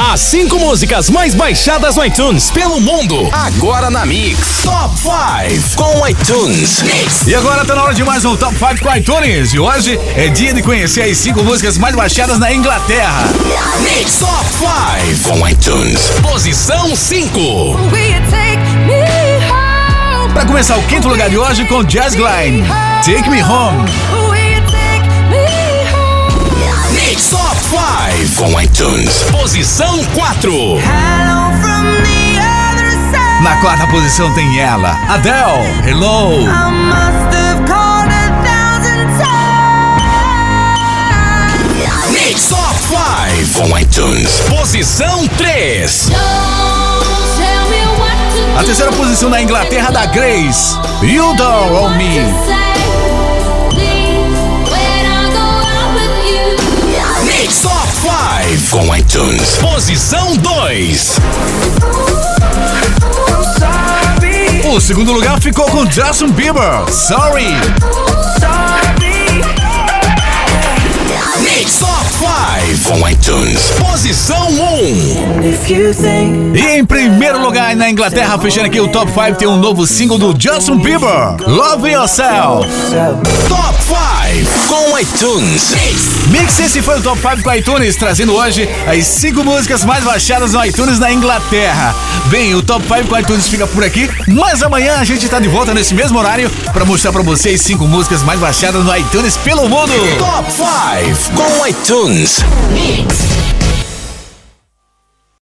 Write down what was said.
As 5 músicas mais baixadas no iTunes pelo mundo. Agora na Mix. Top 5 com iTunes. Mix. E agora tá na hora de mais um Top 5 com iTunes. E hoje é dia de conhecer as 5 músicas mais baixadas na Inglaterra. Mix Top 5 com iTunes. Posição 5. Pra começar o quinto lugar de hoje com Jazz Glein, Take Me Home. Mix Top 5 com iTunes. Posição 4. Na quarta posição tem ela, Adele, Hello. Mix Top 5 com iTunes. Posição 3. A terceira posição na Inglaterra da Grace, You Don't Own Me. Mix Top 5 com iTunes. Posição 2. O segundo lugar ficou com Justin Bieber, Sorry. Mix Top 5 com iTunes. Posição 1. E em primeiro lugar na Inglaterra, fechando aqui o Top 5, tem um novo single do Justin Bieber, Love Yourself. Top 5 com iTunes. Mix, esse foi o Top 5 com iTunes, trazendo hoje as 5 músicas mais baixadas no iTunes na Inglaterra. Bem, o Top 5 com iTunes fica por aqui, mas amanhã a gente tá de volta nesse mesmo horário pra mostrar pra vocês 5 músicas mais baixadas no iTunes pelo mundo. Top 5 com iTunes. Mix.